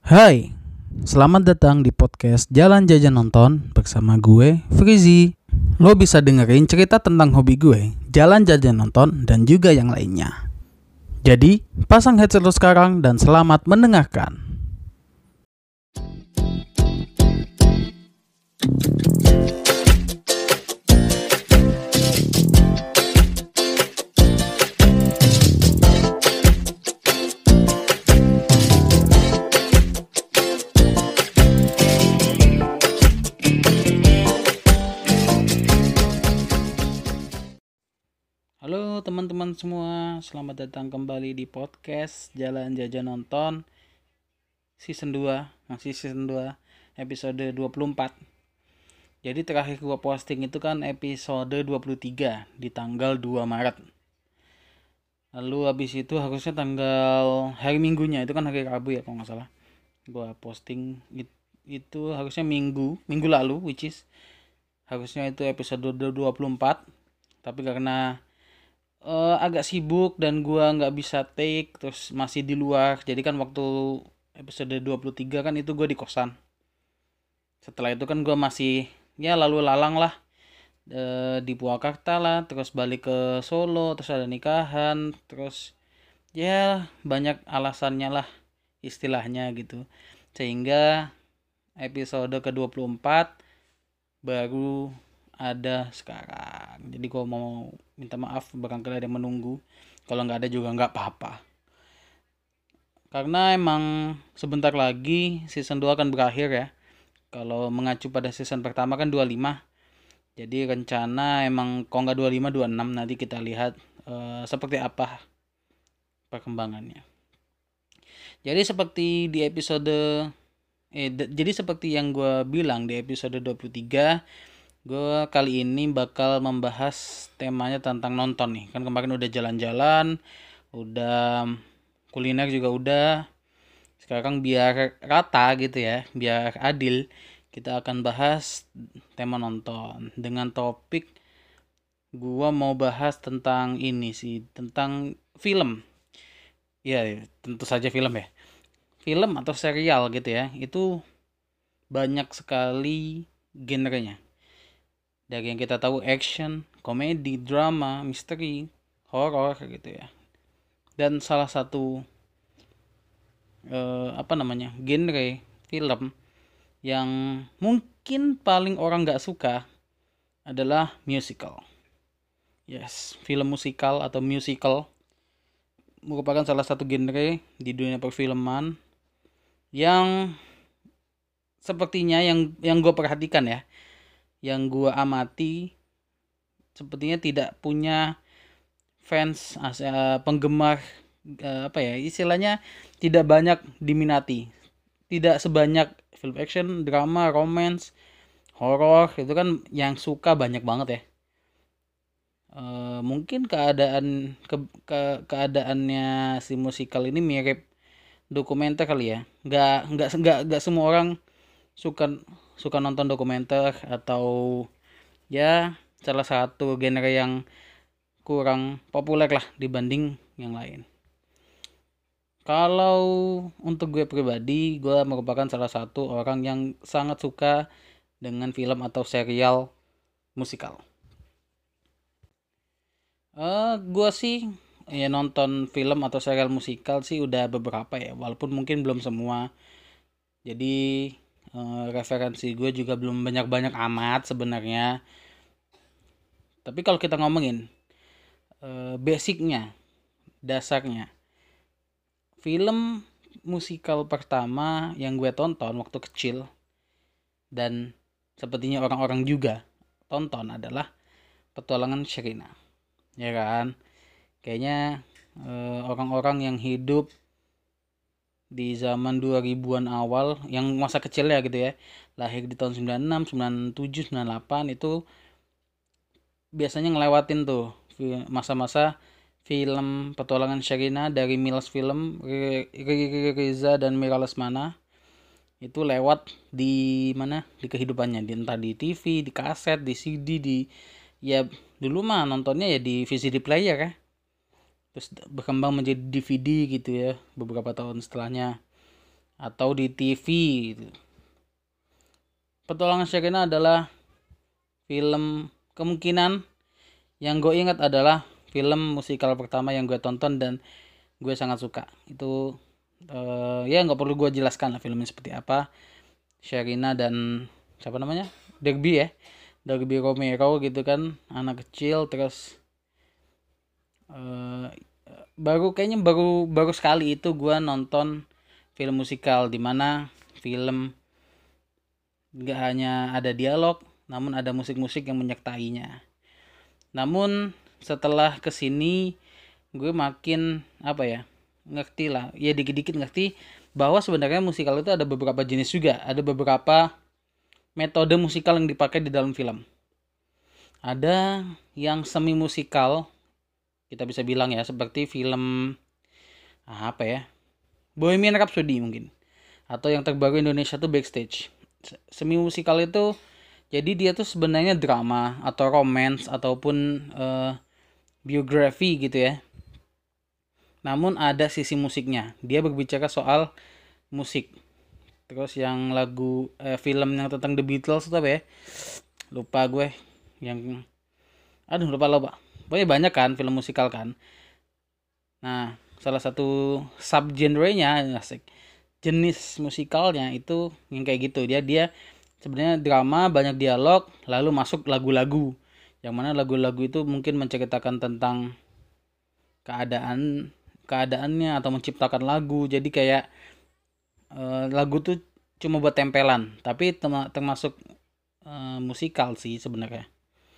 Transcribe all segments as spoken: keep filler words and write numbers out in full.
Hai, selamat datang di podcast Jalan Jajan Nonton bersama gue, Frizi. Lo bisa dengerin cerita tentang hobi gue, jalan jajan nonton, dan juga yang lainnya. Jadi, pasang headset lo sekarang dan selamat mendengarkan. Halo teman-teman semua, selamat datang kembali di podcast Jalan Jajan Nonton Season dua, masih Season dua, episode dua puluh empat. Jadi terakhir gua posting itu kan episode dua puluh tiga di tanggal dua Maret. Lalu habis itu harusnya tanggal hari Minggunya, itu kan hari Rabu ya kalau nggak salah. Gua posting it, itu harusnya Minggu, Minggu lalu, which is harusnya itu episode dua puluh empat. Tapi karena uh, agak sibuk dan gua nggak bisa take, terus masih di luar, jadi kan waktu episode dua puluh tiga kan itu gua di kosan. Setelah itu kan gua masih ya lalu lalang lah, uh, di Purwakarta lah, terus balik ke Solo, terus ada nikahan, terus ya banyak alasannya lah istilahnya gitu, sehingga episode ke dua puluh empat baru ada sekarang. Jadi gue mau minta maaf barangkali ada yang menunggu. Kalau nggak ada juga nggak apa-apa. Karena emang sebentar lagi season dua akan berakhir ya. Kalau mengacu pada season pertama kan dua puluh lima. Jadi rencana emang kalau nggak dua puluh lima, dua puluh enam, nanti kita lihat uh, seperti apa perkembangannya. Jadi seperti di episode eh d- jadi seperti yang gue bilang di episode dua puluh tiga, gue kali ini bakal membahas temanya tentang nonton nih. Kan kemarin udah jalan-jalan, udah kuliner juga udah. Sekarang biar rata gitu ya, biar adil, kita akan bahas tema nonton dengan topik gue mau bahas tentang ini sih, tentang film. Ya, tentu saja film ya. Film atau serial gitu ya. Itu banyak sekali genrenya. Dari yang kita tahu action, komedi, drama, misteri, horor gitu ya. Dan salah satu eh, apa namanya genre film yang mungkin paling orang nggak suka adalah musical. Yes, film musikal atau musical merupakan salah satu genre di dunia perfilman yang sepertinya yang yang gue perhatikan ya, yang gue amati, sepertinya tidak punya fans, uh, penggemar, uh, apa ya istilahnya, tidak banyak diminati, tidak sebanyak film action, drama, romance, horor. Itu kan yang suka banyak banget ya. Uh, mungkin keadaan ke, ke keadaannya si musikal ini mirip dokumenter kali ya. Nggak nggak nggak nggak semua orang suka suka nonton dokumenter, atau ya salah satu genre yang kurang populer lah dibanding yang lain. Kalau untuk gue pribadi, gue merupakan salah satu orang yang sangat suka dengan film atau serial musikal. Uh, gue sih ya nonton film atau serial musikal sih udah beberapa ya, walaupun mungkin belum semua. Jadi uh, referensi gue juga belum banyak-banyak amat sebenarnya. Tapi kalau kita ngomongin uh, basicnya, dasarnya, film musikal pertama yang gue tonton waktu kecil dan sepertinya orang-orang juga tonton adalah Petualangan Sherina. Ya kan? Kayaknya eh, orang-orang yang hidup di zaman dua ribuan awal, yang masa kecil ya gitu ya, lahir di tahun sembilan puluh enam, sembilan puluh tujuh, sembilan puluh delapan, itu biasanya ngelewatin tuh masa-masa film Petualangan Sherina dari Milas Film, Riri Reza dan Mira Lesmana. Itu lewat di mana, di kehidupannya, di entah di T V, di kaset, di C D, di ya dulu mah nontonnya ya di V C D player ya, terus berkembang menjadi D V D gitu ya beberapa tahun setelahnya. atau di T V gitu. Petualangan Sherina adalah film, kemungkinan yang gue ingat adalah film musikal pertama yang gue tonton dan gue sangat suka. Itu uh, ya nggak perlu gue jelaskan lah filmnya seperti apa. Sherina dan siapa namanya, Derby ya, Derby Romero gitu kan, anak kecil. Terus uh, baru kayaknya baru baru sekali itu gue nonton film musikal di mana film nggak hanya ada dialog, namun ada musik-musik yang menyertainya. Namun setelah kesini gue makin apa ya, ngerti lah, ya dikit-dikit ngerti bahwa sebenarnya musikal itu ada beberapa jenis juga, ada beberapa metode musikal yang dipakai di dalam film. Ada yang semi musikal, kita bisa bilang ya, seperti film apa ya, Bohemian Rhapsody mungkin, atau yang terbaru Indonesia tuh Backstage. Semi musikal itu jadi dia tuh sebenarnya drama atau romance ataupun uh, biografi gitu ya. Namun ada sisi musiknya. Dia berbicara soal musik. Terus yang lagu eh, film yang tentang The Beatles itu apa ya? Lupa gue. Yang aduh lupa lupa. Pokoknya banyak kan film musikal kan. Nah, salah satu subgenre-nya asik. Jenis musikalnya itu yang kayak gitu. Dia dia sebenarnya drama, banyak dialog, lalu masuk lagu-lagu. Yang mana lagu-lagu itu mungkin menceritakan tentang keadaan keadaannya atau menciptakan lagu. Jadi kayak e, lagu tuh cuma buat tempelan, tapi termasuk e, musikal sih sebenarnya.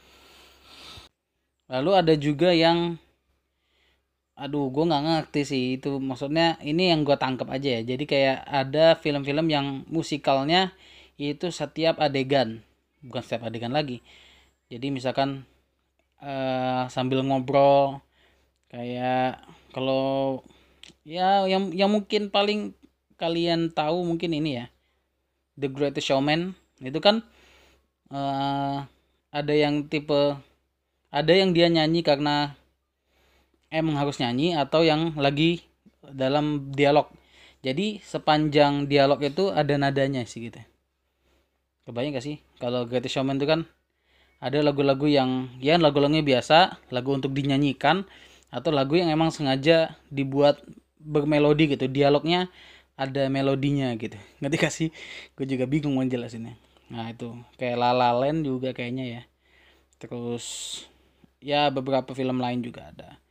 Lalu ada juga yang aduh gue nggak ngerti sih itu, maksudnya ini yang gue tangkap aja ya. Jadi kayak ada film-film yang musikalnya itu setiap adegan, bukan setiap adegan lagi. Jadi misalkan e, sambil ngobrol, kayak kalau ya yang yang mungkin paling kalian tahu mungkin ini ya, The Greatest Showman. Itu kan uh, ada yang tipe, ada yang dia nyanyi karena emang harus nyanyi, atau yang lagi dalam dialog. Jadi sepanjang dialog itu ada nadanya sih gitu. Kebayang gak sih kalau Greatest Showman itu kan ada lagu-lagu yang ya lagu-lagunya biasa, lagu untuk dinyanyikan, atau lagu yang emang sengaja dibuat bermelodi gitu, dialognya ada melodinya gitu. Ngerti gak sih? Gue juga bingung mau jelasinnya. Nah itu kayak La La Land juga kayaknya ya. Terus ya beberapa film lain juga ada.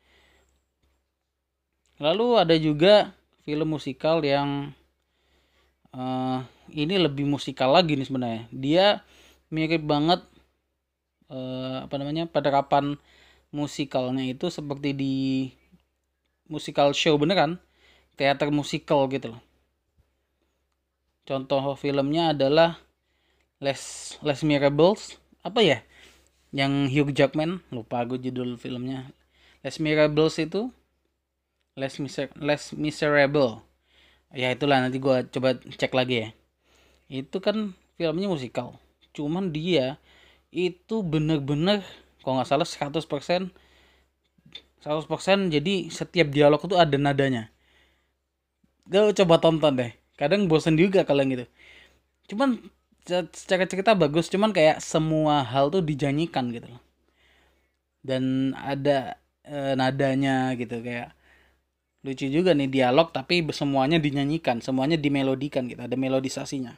Lalu ada juga film musikal yang uh, ini lebih musikal lagi nih sebenarnya. Dia mirip banget uh, apa namanya, penerapan musikalnya itu seperti di musical show beneran, teater musikal gitu loh. Contoh filmnya adalah Les Les Miserables, apa ya, yang Hugh Jackman, lupa gue judul filmnya. Les Miserables itu Les Miser Les Miserable. Ya itulah, nanti gue coba cek lagi ya. Itu kan filmnya musikal, cuman dia itu bener-bener kalau nggak salah seratus persen seratus persen, jadi setiap dialog itu ada nadanya. Gue coba tonton deh, kadang bosen juga kalau gitu. Cuman secara cerita bagus, cuman kayak semua hal tuh dinyanyikan gitu loh, dan ada e, nadanya gitu. Kayak lucu juga nih dialog, tapi semuanya dinyanyikan, semuanya dimelodikan gitu, ada melodisasinya.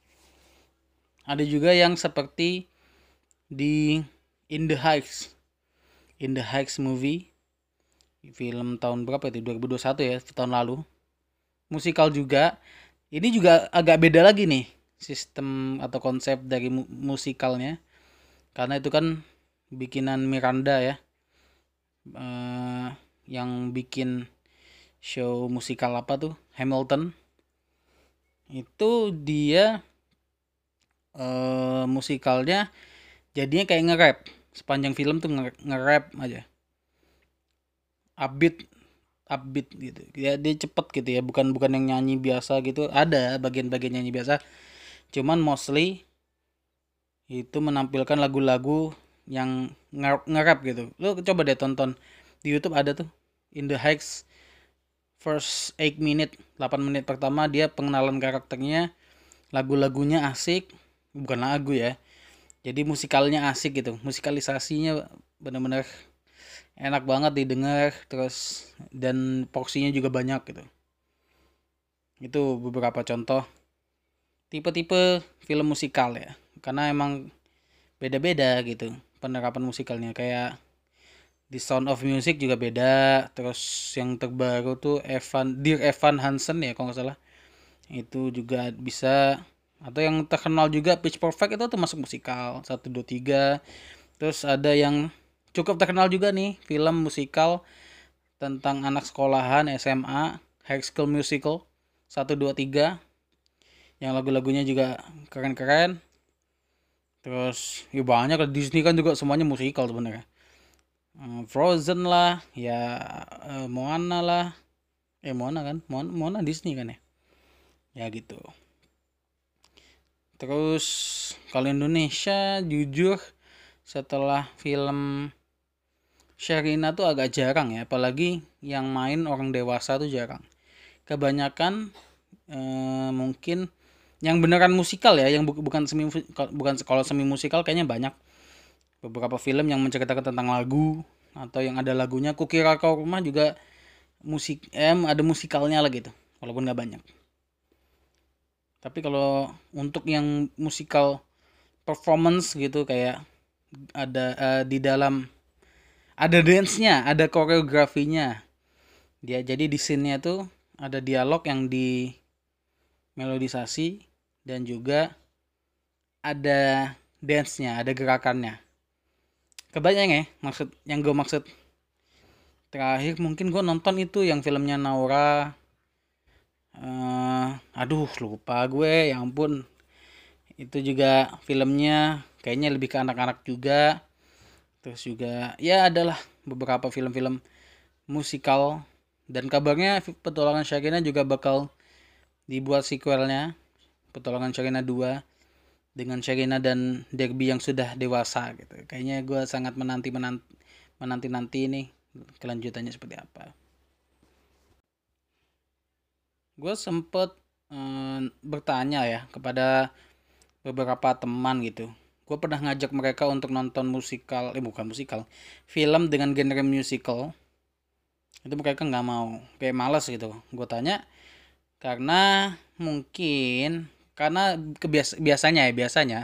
Ada juga yang seperti di In the Heights In the Heights movie, film tahun berapa itu, dua ribu dua puluh satu ya, tahun lalu. Musikal juga. Ini juga agak beda lagi nih sistem atau konsep dari mu- musikalnya, karena itu kan bikinan Miranda ya, uh, yang bikin show musikal apa tuh, Hamilton. Itu dia uh, musikalnya jadinya kayak nge-rap. Sepanjang film tuh nge-rap aja, upbeat upbeat gitu ya, dia cepet gitu ya, bukan bukan yang nyanyi biasa gitu. Ada bagian-bagian nyanyi biasa, cuman mostly itu menampilkan lagu-lagu yang nge-rap gitu. Lo coba deh tonton di YouTube, ada tuh In the Heights first eight minute, delapan menit pertama dia pengenalan karakternya, lagu-lagunya asik, bukan lagu ya, jadi musikalnya asik gitu, musikalisasinya benar-benar enak banget didengar, terus dan porsinya juga banyak gitu. Itu beberapa contoh tipe-tipe film musikal ya, karena emang beda-beda gitu penerapan musikalnya. Kayak di Sound of Music juga beda, terus yang terbaru tuh Evan Dear Evan Hansen ya kalau nggak salah, itu juga bisa. Atau yang terkenal juga Pitch Perfect itu tuh masuk musikal satu dua tiga. Terus ada yang cukup terkenal juga nih, film musikal tentang anak sekolahan S M A, High School Musical satu dua tiga, yang lagu-lagunya juga keren-keren. Terus ya banyak, Disney kan juga semuanya musikal sebenarnya. Frozen lah, ya uh, Moana lah. Eh Moana kan? Moana, Moana Disney kan ya? Ya gitu. Terus kalau Indonesia jujur setelah film Sherina tuh agak jarang ya, apalagi yang main orang dewasa tuh jarang. Kebanyakan eh, mungkin yang beneran musikal ya, yang bu- bukan semi bukan kalau semi musikal kayaknya banyak. Beberapa film yang menceritakan tentang lagu atau yang ada lagunya. Kukira Kau Rumah juga musik em ada musikalnya lah gitu, walaupun nggak banyak. Tapi kalau untuk yang musikal performance gitu, kayak ada uh, di dalam ada dance-nya, ada koreografinya. Dia jadi di scene-nya tuh ada dialog yang di melodisasi dan juga ada dance-nya, ada gerakannya. Kebayang ya maksud yang gue maksud. Terakhir mungkin gue nonton itu yang filmnya Naura. Uh, aduh lupa gue, ya ampun. Itu juga filmnya kayaknya lebih ke anak-anak juga. Terus juga ya adalah beberapa film-film musikal. Dan kabarnya Petualangan Sherina juga bakal dibuat sequelnya, Petualangan Sherina dua, dengan Sherina dan Derby yang sudah dewasa gitu. Kayaknya gue sangat menanti menanti menanti nanti ini kelanjutannya seperti apa. Gue sempet eh, bertanya ya kepada beberapa teman gitu. Gue pernah ngajak mereka untuk nonton musikal, eh bukan musikal, film dengan genre musical. Itu mereka nggak mau, kayak malas gitu. Gue tanya karena mungkin karena kebias biasanya ya biasanya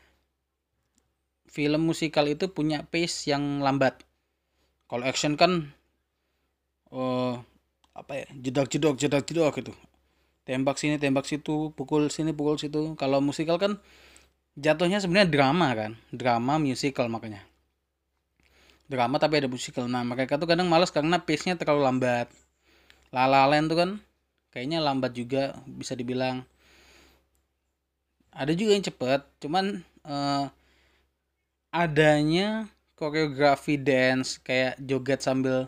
film musikal itu punya pace yang lambat. Kalau action kan oh, apa ya, jedak jedok jedak jedok gitu, tembak sini tembak situ, pukul sini pukul situ. Kalau musikal kan jatuhnya sebenarnya drama kan, drama musical, makanya drama tapi ada musikal. Nah mereka tuh kadang malas karena pace nya terlalu lambat. La La Land tuh kan kayaknya lambat juga bisa dibilang. Ada juga yang cepet, cuman eh, adanya koreografi dance kayak joget sambil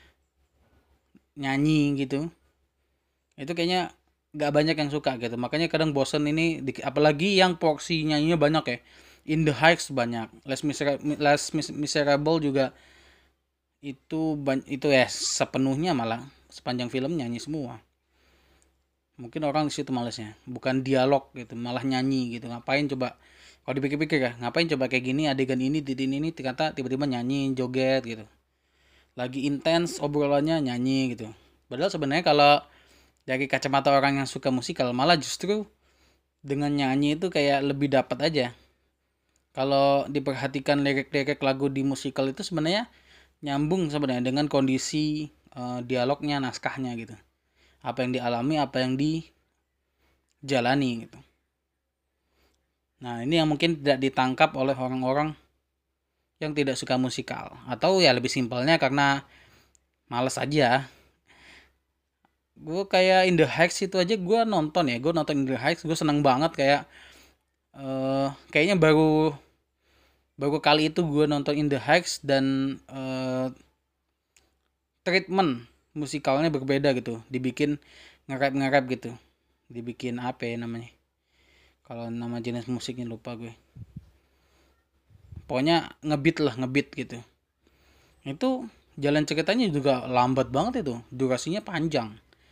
nyanyi gitu, itu kayaknya gak banyak yang suka gitu. Makanya kadang bosen ini, apalagi yang porsi nyanyinya banyak ya. In the Heights banyak, Les, Misera- Les Miserable juga itu itu ya sepenuhnya, malah sepanjang film nyanyi semua. Mungkin orang di situ malesnya, bukan dialog gitu, malah nyanyi gitu. Ngapain coba, kalau dipikir-pikir ya, ngapain coba kayak gini adegan ini titik ini ternyata tiba-tiba nyanyi joget gitu. Lagi intens obrolannya nyanyi gitu. Padahal sebenarnya kalau dari kacamata orang yang suka musikal, malah justru dengan nyanyi itu kayak lebih dapat aja. Kalau diperhatikan lirik-lirik lagu di musikal itu sebenarnya nyambung sebenarnya dengan kondisi uh, dialognya, naskahnya gitu. Apa yang dialami, apa yang dijalani gitu. Nah, ini yang mungkin tidak ditangkap oleh orang-orang yang tidak suka musikal, atau ya lebih simpelnya karena males aja. Gue kayak In the Heights itu aja gue nonton ya, gue nonton In the Heights, gue seneng banget. Kayak uh, kayaknya baru baru kali itu gue nonton In the Heights dan uh, treatment musikalnya berbeda gitu, dibikin ngerap-ngerap gitu, dibikin apa ya namanya, kalau nama jenis musiknya lupa gue, pokoknya ngebeat lah, ngebeat gitu. Itu jalan ceritanya juga lambat banget, itu durasinya panjang.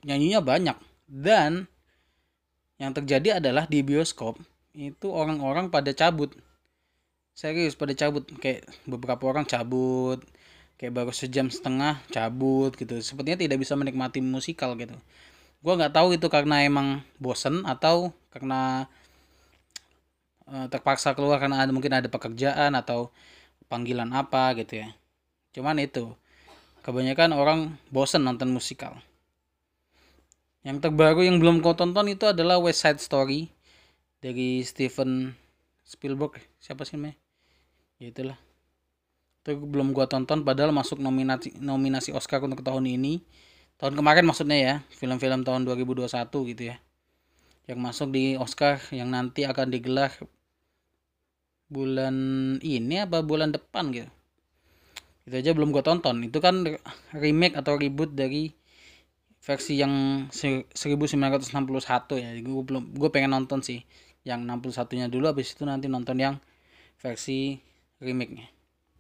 nyanyinya banyak. Dan yang terjadi adalah di bioskop itu orang-orang pada cabut. Serius pada cabut, kayak beberapa orang cabut, kayak baru sejam setengah cabut gitu. Sepertinya tidak bisa menikmati musikal gitu. Gua nggak tahu itu karena emang bosen atau karena uh, terpaksa keluar karena ada mungkin ada pekerjaan atau panggilan apa gitu ya. Cuman itu kebanyakan orang bosen nonton musikal. Yang terbaru yang belum kau tonton itu adalah West Side Story dari Steven Spielberg. Siapa sih namanya? Ya itulah. Itu belum gua tonton padahal masuk nominasi nominasi Oscar untuk tahun ini. Tahun kemarin maksudnya ya, film-film tahun dua ribu dua puluh satu gitu ya. Yang masuk di Oscar yang nanti akan digelar bulan ini apa bulan depan gitu. Itu aja belum gue tonton. Itu kan remake atau reboot dari versi yang seribu sembilan ratus enam puluh satu ya. Gue belum gue pengen nonton sih yang enam puluh satunya dulu, habis itu nanti nonton yang versi remake-nya.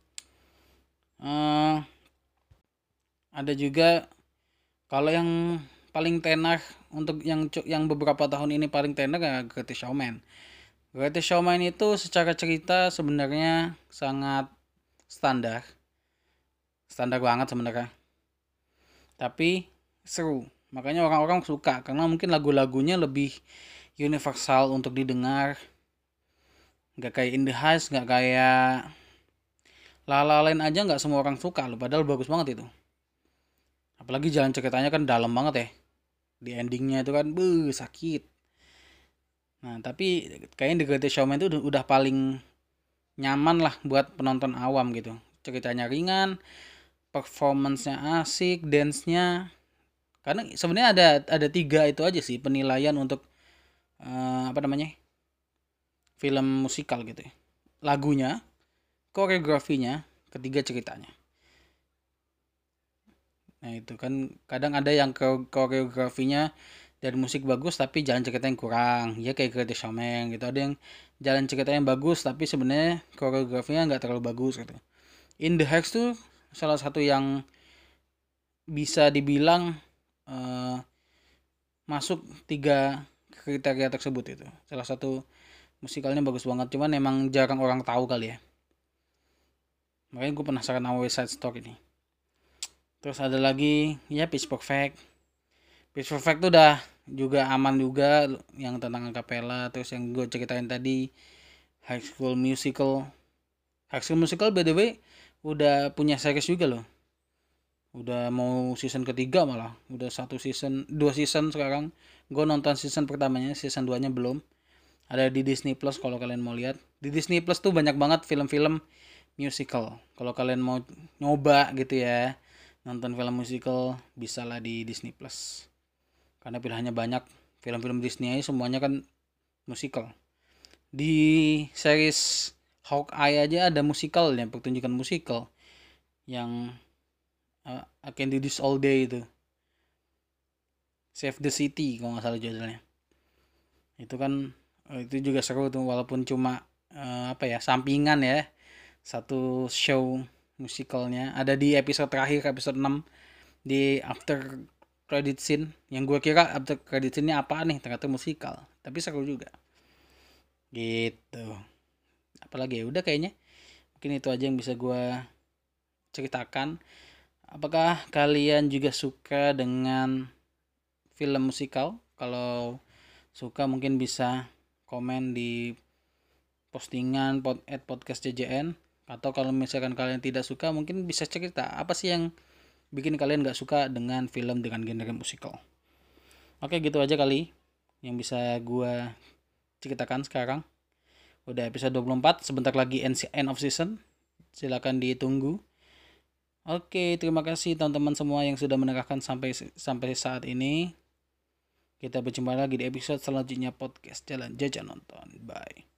Uh, ada juga kalau yang paling tenar untuk yang yang beberapa tahun ini paling tenar ya Greatest Showman. Greatest Showman itu secara cerita sebenarnya sangat standar. Standar banget sebenarnya. Tapi seru. Makanya orang-orang suka karena mungkin lagu-lagunya lebih universal untuk didengar. Gak kayak In The Heights, gak kayak La La Land aja gak semua orang suka loh. Padahal bagus banget itu. Apalagi jalan ceritanya kan dalam banget ya. Di endingnya itu kan beuh, sakit. Nah tapi kayaknya The Greatest Showman itu udah paling nyaman lah buat penonton awam gitu. Ceritanya ringan, performance-nya asik, dance-nya. Karena sebenarnya ada ada tiga itu aja sih penilaian untuk uh, apa namanya film musikal gitu ya. Lagunya, koreografinya, ketiga ceritanya. Nah itu kan kadang ada yang koreografinya dari musik bagus tapi jalan ceritanya kurang, ya kayak Greatest Showman gitu. Ada yang jalan ceritanya bagus tapi sebenarnya koreografinya nggak terlalu bagus gitu. In The Heights tuh salah satu yang bisa dibilang uh, masuk tiga kriteria tersebut itu. Salah satu musikalnya bagus banget, cuman emang jarang orang tahu kali ya. Makanya gue penasaran sama West Side Story ini. Terus ada lagi ya Pitch Perfect. Pitch Perfect tuh udah juga aman juga yang tentang acapella. Terus yang gue ceritain tadi High School Musical. High School Musical by the way udah punya series juga loh. Udah mau season ketiga malah. Udah satu season, dua season sekarang. Gue nonton season pertamanya, season dua nya belum. Ada di Disney Plus kalau kalian mau lihat. Di Disney Plus tuh banyak banget film-film musical. Kalau kalian mau nyoba gitu ya, nonton film musical, bisa lah di Disney Plus. Karena pilihannya banyak. Film-film Disney aja semuanya kan musical. Di series Hawkeye aja ada musical ya, pertunjukan musical. Yang uh, I Can Do This All Day itu. Save the City kalau nggak salah judulnya. Itu kan itu juga seru tuh walaupun cuma uh, apa ya sampingan ya, satu show musikalnya ada di episode terakhir episode enam di after credit scene yang gue kira after credit scene nya apa nih, ternyata musikal tapi seru juga gitu. Apalagi ya udah kayaknya mungkin itu aja yang bisa gue ceritakan. Apakah kalian juga suka dengan film musikal? Kalau suka mungkin bisa komen di postingan pod, at podcast J J N, atau kalau misalkan kalian tidak suka mungkin bisa cerita apa sih yang bikin kalian gak suka dengan film dengan genre musikal. Oke gitu aja kali yang bisa gue ceritakan sekarang. Udah episode dua puluh empat, sebentar lagi end of season, silakan ditunggu. Oke, terima kasih teman-teman semua yang sudah mendengarkan sampai sampai saat ini. Kita berjumpa lagi di episode selanjutnya podcast Jalan Jajan Nonton. Bye.